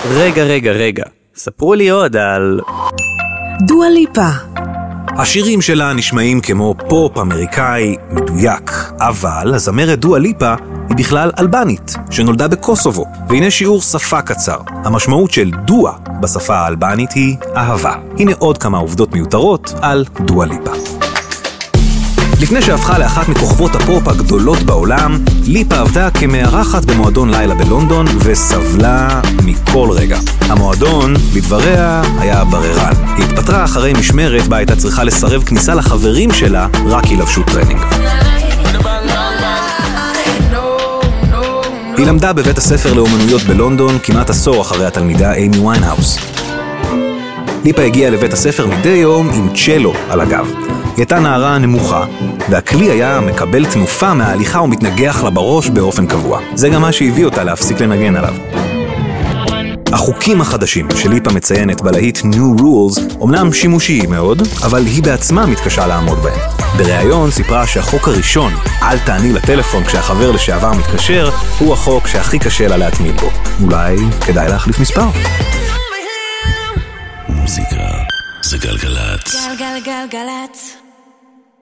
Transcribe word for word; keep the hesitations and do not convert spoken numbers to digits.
רגע, רגע, רגע. ספרו לי עוד על... דואה ליפה. השירים שלה נשמעים כמו פופ אמריקאי מדויק, אבל הזמרת דואה ליפה היא בכלל אלבנית, שנולדה בקוסובו. והנה שיעור שפה קצר. המשמעות של דואה בשפה האלבנית היא אהבה. הנה עוד כמה עובדות מיותרות על דואה ליפה. לפני שהפכה לאחת מכוכבות הפופ הגדולות בעולם, ליפה עבדה כמארחת במועדון לילה בלונדון וסבלה מכל רגע. המועדון, לדבריה, היה בררן. היא התפטרה אחרי משמרת בה הייתה צריכה לסרב כניסה לחברים שלה רק כי לבשו טרנינג. היא למדה בבית הספר לאומנויות בלונדון כמעט עשור אחרי התלמידה אימי ויינהאוס. ליפה הגיעה לבית הספר מדי יום עם צ'לו על הגב. היא הייתה נערה נמוכה, והכלי היה מקבל תנופה מההליכה ומתנגח לה בראש באופן קבוע. זה גם מה שהביא אותה להפסיק לנגן עליו. החוקים החדשים שליפה מציינת בלהיט New Rules אומנם שימושיים מאוד, אבל היא בעצמה מתקשה לעמוד בהם. בריאיון סיפרה שהחוק הראשון, אל תעני לטלפון כשהחבר לשעבר מתקשר, הוא החוק שהכי קשה לה להתמיד בו. אולי כדאי להחליף מספר. מוזיקה זה גלגלת. גלגלגלגלת.